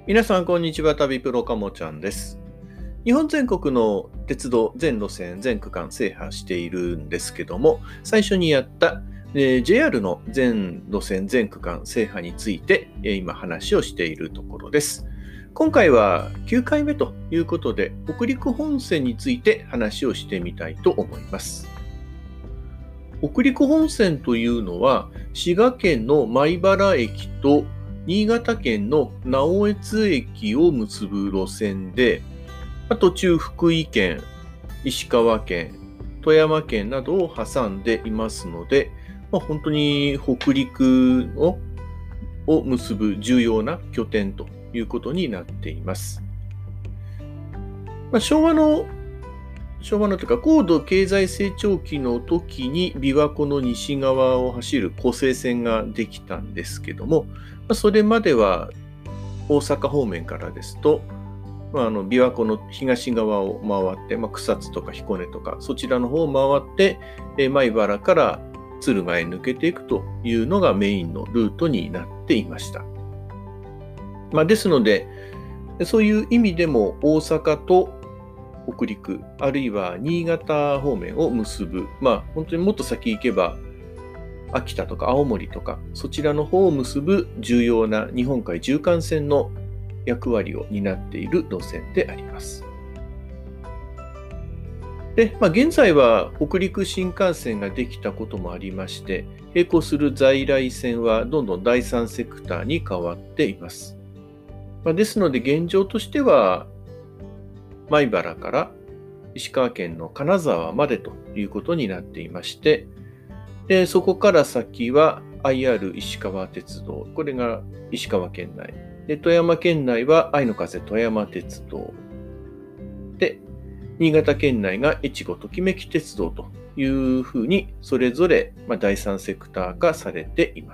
皆さん、こんにちは。旅プロかもちゃんです。日本全国の鉄道全路線、全区間制覇しているんですけども、最初にやった、JR の全路線、全区間制覇について、今話をしているところです。今回は9回目ということで、北陸本線について話をしてみたいと思います。北陸本線というのは、滋賀県の米原駅と新潟県の直江津駅を結ぶ路線で、途中福井県、石川県、富山県などを挟んでいますので、本当に北陸を結ぶ重要な拠点ということになっています。昭和のというか高度経済成長期の時に琵琶湖の西側を走る湖西線ができたんですけども、それまでは大阪方面からですと、琵琶湖の東側を回って、草津とか彦根とかそちらの方を回って、米原から敦賀へ抜けていくというのがメインのルートになっていました。ですので、そういう意味でも大阪と北陸、あるいは新潟方面を結ぶ、本当にもっと先行けば、秋田とか青森とか、そちらの方を結ぶ重要な日本海縦貫線の役割を担っている路線であります。で、現在は北陸新幹線ができたこともありまして、並行する在来線はどんどん第三セクターに変わっています。ですので現状としては、米原から石川県の金沢までということになっていまして、でそこから先は IR 石川鉄道、これが石川県内。で富山県内は愛の風富山鉄道。で、新潟県内が越後ときめき鉄道というふうに、それぞれ第三セクター化されています。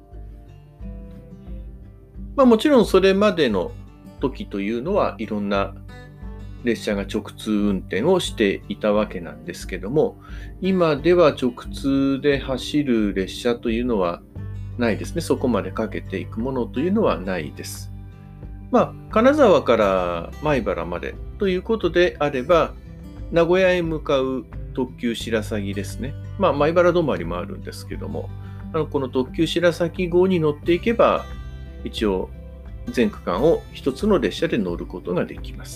もちろんそれまでの時というのはいろんな列車が直通運転をしていたわけなんですけども、今では直通で走る列車というのはないですね。そこまでかけていくものというのはないです。金沢から米原までということであれば、名古屋へ向かう特急白鷺ですね。米原止まりもあるんですけども、この特急白鷺号に乗っていけば、一応全区間を一つの列車で乗ることができます。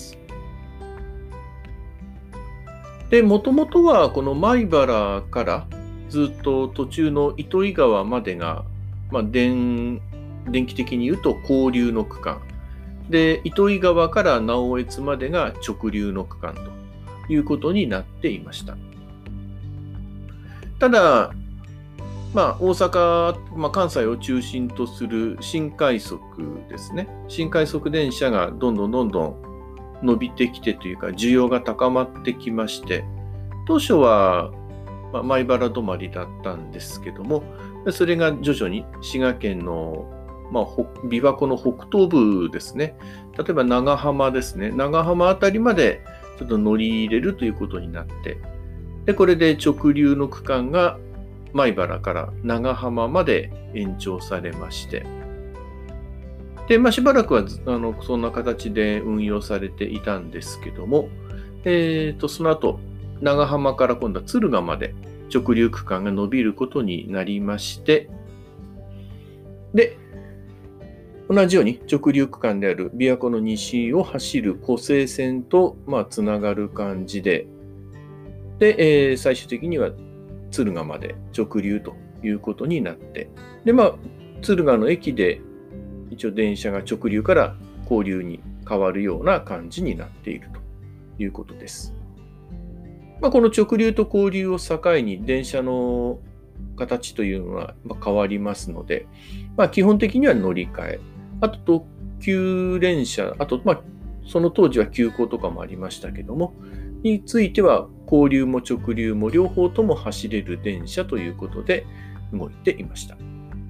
で、もともとはこの米原からずっと途中の糸魚川までが、電気的に言うと交流の区間。で、糸魚川から直江津までが直流の区間ということになっていました。ただ、大阪、関西を中心とする新快速ですね。新快速電車がどんどん伸びてきてというか、需要が高まってきまして、当初は、米原止まりだったんですけども、それが徐々に滋賀県の、琵琶湖の北東部ですね。例えば長浜ですね。長浜あたりまでちょっと乗り入れるということになって、で、これで直流の区間が米原から長浜まで延長されまして、で、しばらくはそんな形で運用されていたんですけども、その後、長浜から今度は敦賀まで直流区間が伸びることになりまして、で、同じように直流区間である琵琶湖の西を走る湖西線とつながる感じで、で、最終的には敦賀まで直流ということになって、で、敦賀の駅で一応電車が直流から交流に変わるような感じになっているということです。この直流と交流を境に電車の形というのは変わりますので、基本的には乗り換え、あと特急電車、あとその当時は急行とかもありましたけども、については交流も直流も両方とも走れる電車ということで動いていました。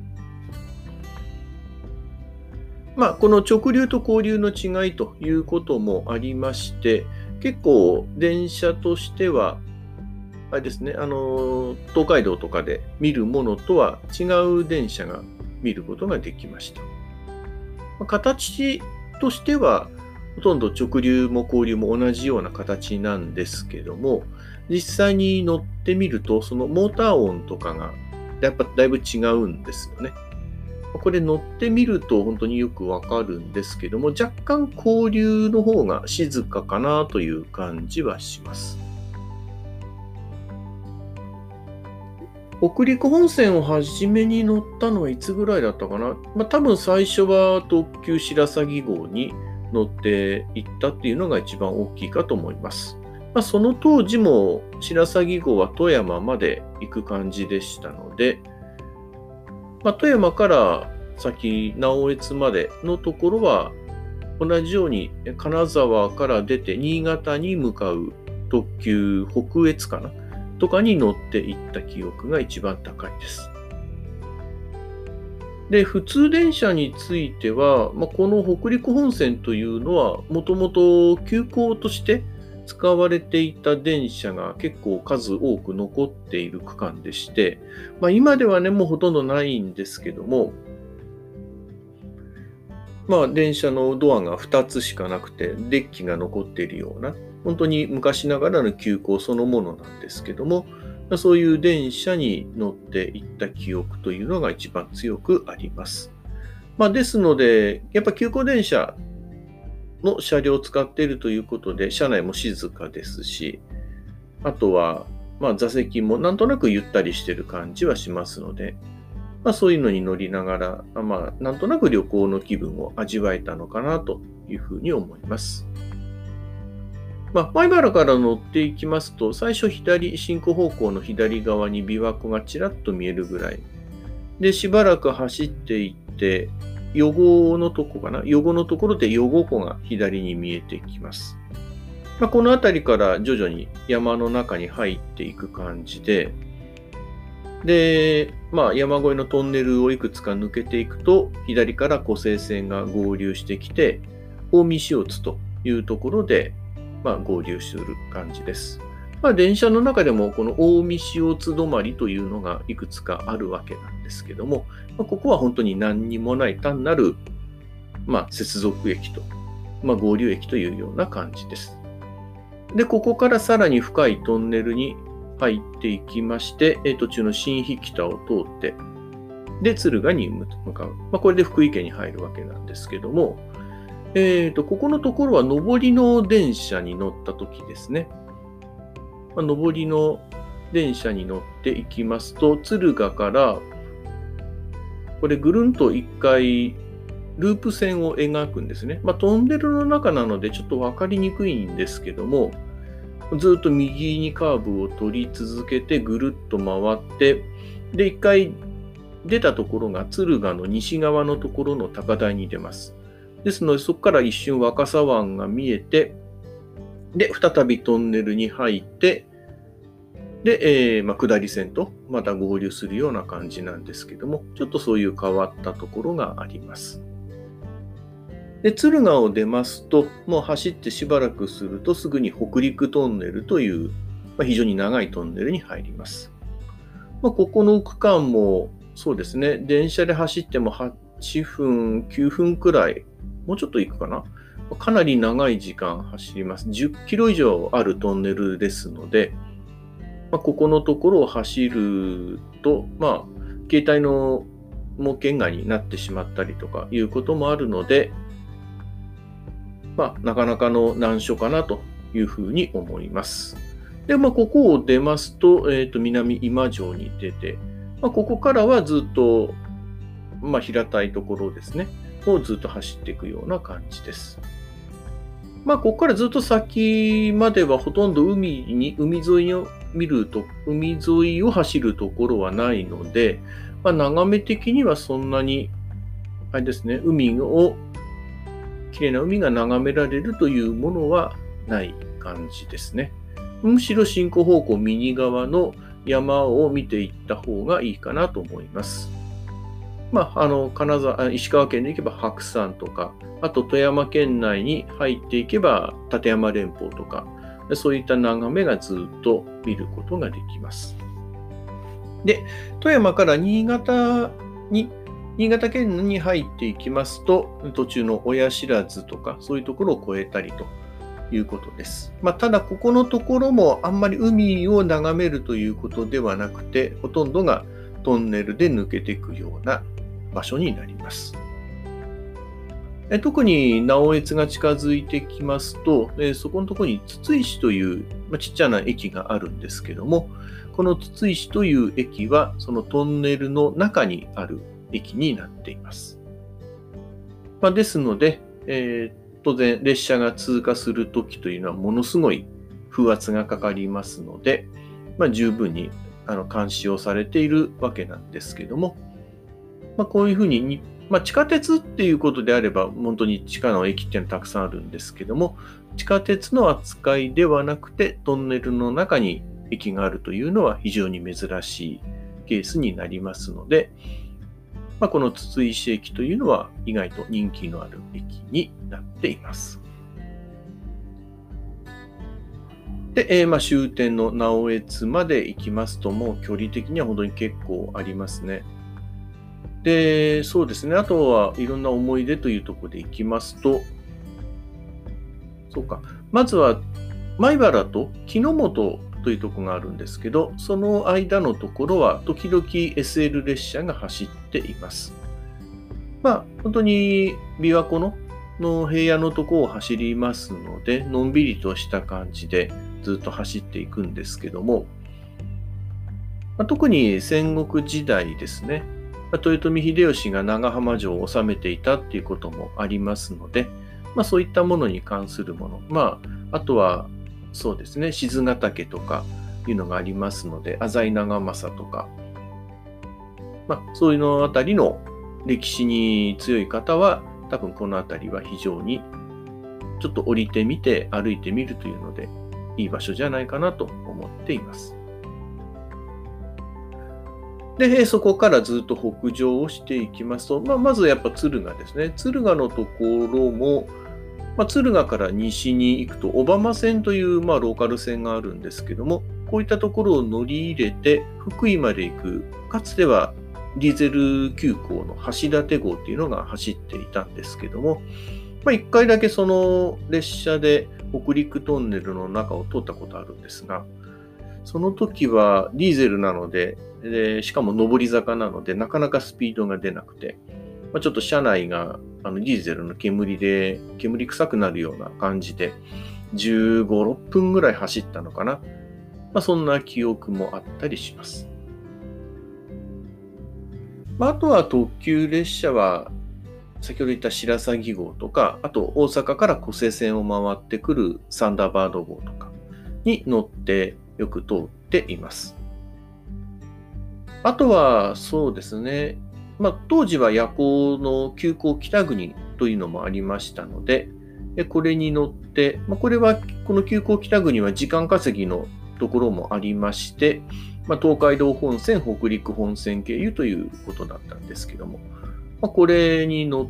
この直流と交流の違いということもありまして、結構電車としては、あれですね、東海道とかで見るものとは違う電車が見ることができました。形としては、ほとんど直流も交流も同じような形なんですけども、実際に乗ってみると、そのモーター音とかがやっぱだいぶ違うんですよね。これ乗ってみると本当によくわかるんですけども、若干交流の方が静かかなという感じはします。北陸本線を初めに乗ったのはいつぐらいだったかな。多分最初は特急白鷺号に乗っていったっていうのが一番大きいかと思います。その当時も白鷺号は富山まで行く感じでしたので、富山から先直江津までのところは同じように金沢から出て新潟に向かう特急北越かなとかに乗っていった記憶が一番高いです。で、普通電車については、この北陸本線というのはもともと急行として使われていた電車が結構数多く残っている区間でして、今ではね、もうほとんどないんですけども、電車のドアが2つしかなくて、デッキが残っているような、本当に昔ながらの急行そのものなんですけども、そういう電車に乗っていった記憶というのが一番強くあります。ですので、やっぱ急行電車の車両を使っているということで、車内も静かですし、あとは、座席もなんとなくゆったりしている感じはしますので、そういうのに乗りながら、なんとなく旅行の気分を味わえたのかなというふうに思います。米原から乗っていきますと、最初進行方向の左側に琵琶湖がちらっと見えるぐらい。で、しばらく走っていって、余呉のとこかな。余呉のところで余呉湖が左に見えてきます。この辺りから徐々に山の中に入っていく感じで、で、山越えのトンネルをいくつか抜けていくと、左から湖西線が合流してきて、近江塩津というところで、合流する感じです。電車の中でもこの近江塩津止まりというのがいくつかあるわけなんですけども、ここは本当に何にもない単なる、接続駅と、合流駅というような感じです。で、ここからさらに深いトンネルに入っていきまして、途中の新疋田を通って、で、敦賀に向かう。これで福井県に入るわけなんですけども、ここのところは上りの電車に乗った時ですね。上りの電車に乗っていきますと、敦賀から、これぐるんと一回、ループ線を描くんですね。トンネルの中なのでちょっと分かりにくいんですけども、ずっと右にカーブを取り続けてぐるっと回って、で、一回出たところが敦賀の西側のところの高台に出ます。ですので、そこから一瞬若狭湾が見えて、で、再びトンネルに入って、で、下り線とまた合流するような感じなんですけども、ちょっとそういう変わったところがあります。で、敦賀を出ますと、もう走ってしばらくするとすぐに北陸トンネルという、非常に長いトンネルに入ります。ここの区間もそうですね、電車で走っても8分、9分くらい、もうちょっと行くかな。かなり長い時間走ります。10キロ以上あるトンネルですので、ここのところを走ると、携帯の模圏外になってしまったりとかいうこともあるので、なかなかの難所かなというふうに思います。で、ここを出ますと、南今城に出て、ここからはずっと、平たいところですね、をずっと走っていくような感じです。ここからずっと先まではほとんど海沿いを見ると、海沿いを走るところはないので、眺め的にはそんなに、あれですね、綺麗な海が眺められるというものはない感じですね。むしろ進行方向右側の山を見ていった方がいいかなと思います。石川県で行けば白山とか、あと富山県内に入っていけば立山連峰とか、そういった眺めがずっと見ることができます。で、富山から新潟に新潟県に入っていきますと、途中の親不知とか、そういうところを越えたりということです。ただ、ここのところもあんまり海を眺めるということではなくて、ほとんどがトンネルで抜けていくような場所になります。特に直江津が近づいてきますと、そこのところに筒石という、ちっちゃな駅があるんですけども、この筒石という駅はそのトンネルの中にある駅になっています。ですので、当然列車が通過するときというのはものすごい風圧がかかりますので、十分に監視をされているわけなんですけども、こういうふうに地下鉄っていうことであれば本当に地下の駅っていうのはたくさんあるんですけども、地下鉄の扱いではなくてトンネルの中に駅があるというのは非常に珍しいケースになりますので、この筒石駅というのは意外と人気のある駅になっています。で、終点の直江津まで行きますと、もう距離的には本当に結構ありますね。で、そうですね。あとはいろんな思い出というところで行きますと、そうか。まずは、米原と木之本というところがあるんですけど、その間のところは時々 SL 列車が走っています。本当に琵琶湖の平野のところを走りますので、のんびりとした感じでずっと走っていくんですけども、特に戦国時代ですね、豊臣秀吉が長浜城を治めていたっていうこともありますので、そういったものに関するもの、あとはそうですね、賤ヶ岳とかいうのがありますので、浅井長政とか、そういうのあたりの歴史に強い方は、多分このあたりは非常にちょっと降りてみて歩いてみるというので、いい場所じゃないかなと思っています。で、そこからずっと北上をしていきますと、まずやっぱ敦賀ですね。敦賀のところも、敦賀から西に行くと、小浜線という、ローカル線があるんですけども、こういったところを乗り入れて、福井まで行く、かつてはディーゼル急行の橋立号っていうのが走っていたんですけども、一回だけその列車で北陸トンネルの中を通ったことあるんですが、その時はディーゼルなので、しかも上り坂なので、なかなかスピードが出なくて、ちょっと車内がディーゼルの煙臭くなるような感じで、15、6分ぐらい走ったのかな。そんな記憶もあったりします。あとは特急列車は、先ほど言った白鷺号とか、あと大阪から小瀬線を回ってくるサンダーバード号とかに乗ってよく通っています。あとはそうですね、当時は夜行の急行北国というのもありましたので、これに乗って、この急行北国は時間稼ぎのところもありまして、東海道本線、北陸本線経由ということだったんですけども、これに乗って、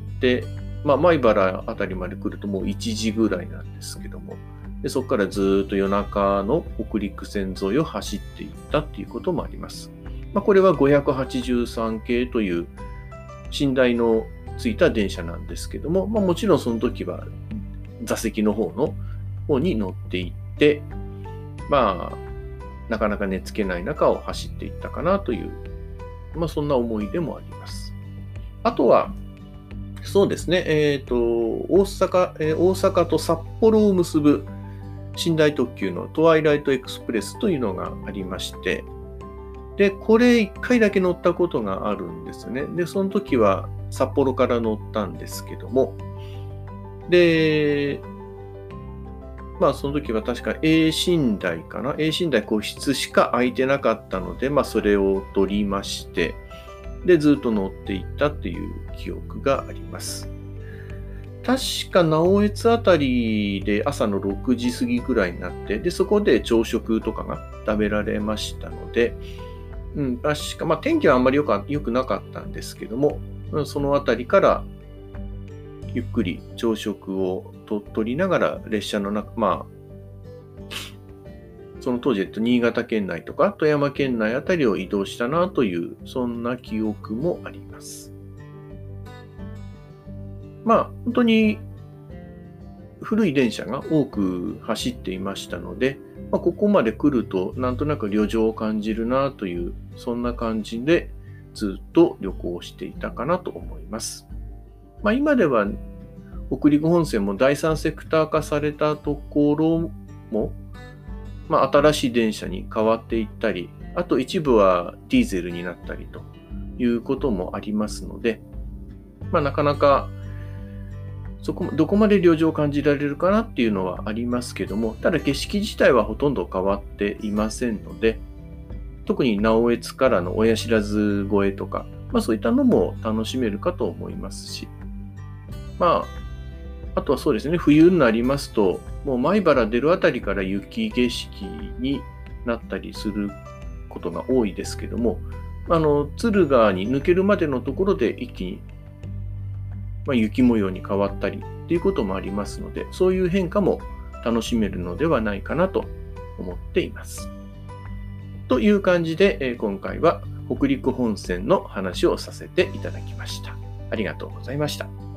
米原あたりまで来るともう1時ぐらいなんですけども、そこからずっと夜中の北陸線沿いを走っていったっていうこともあります。これは583系という寝台のついた電車なんですけども、もちろんその時は座席の方に乗っていって、なかなか寝つけない中を走っていったかなという、そんな思い出もあります。あとは、そうですね、大阪と札幌を結ぶ寝台特急のトワイライトエクスプレスというのがありまして、で、これ1回だけ乗ったことがあるんですね。で、その時は札幌から乗ったんですけども、で、その時は確か A 寝台かな。A 寝台個室しか空いてなかったので、それを取りまして、で、ずっと乗っていったっていう記憶があります。確か直江津あたりで朝の6時過ぎぐらいになって、で、そこで朝食とかが食べられましたので、確か、天気はあんまり良くなかったんですけども、そのあたりからゆっくり朝食を取りながら列車の中、その当時、新潟県内とか富山県内あたりを移動したなという、そんな記憶もあります。 本当に古い電車が多く走っていましたので、ここまで来るとなんとなく旅情を感じるなという、そんな感じでずっと旅行していたかなと思います。今では北陸本線も第三セクター化されたところも、新しい電車に変わっていったり、あと一部はディーゼルになったりということもありますので、なかなかどこまで旅情を感じられるかなっていうのはありますけども、ただ景色自体はほとんど変わっていませんので、特に直江津からの親不越えとか、そういったのも楽しめるかと思いますし、あとはそうですね、冬になりますと、もう米原出るあたりから雪景色になったりすることが多いですけども、敦賀に抜けるまでのところで一気に、雪模様に変わったりっていうこともありますので、そういう変化も楽しめるのではないかなと思っています。という感じで、今回は北陸本線の話をさせていただきました。ありがとうございました。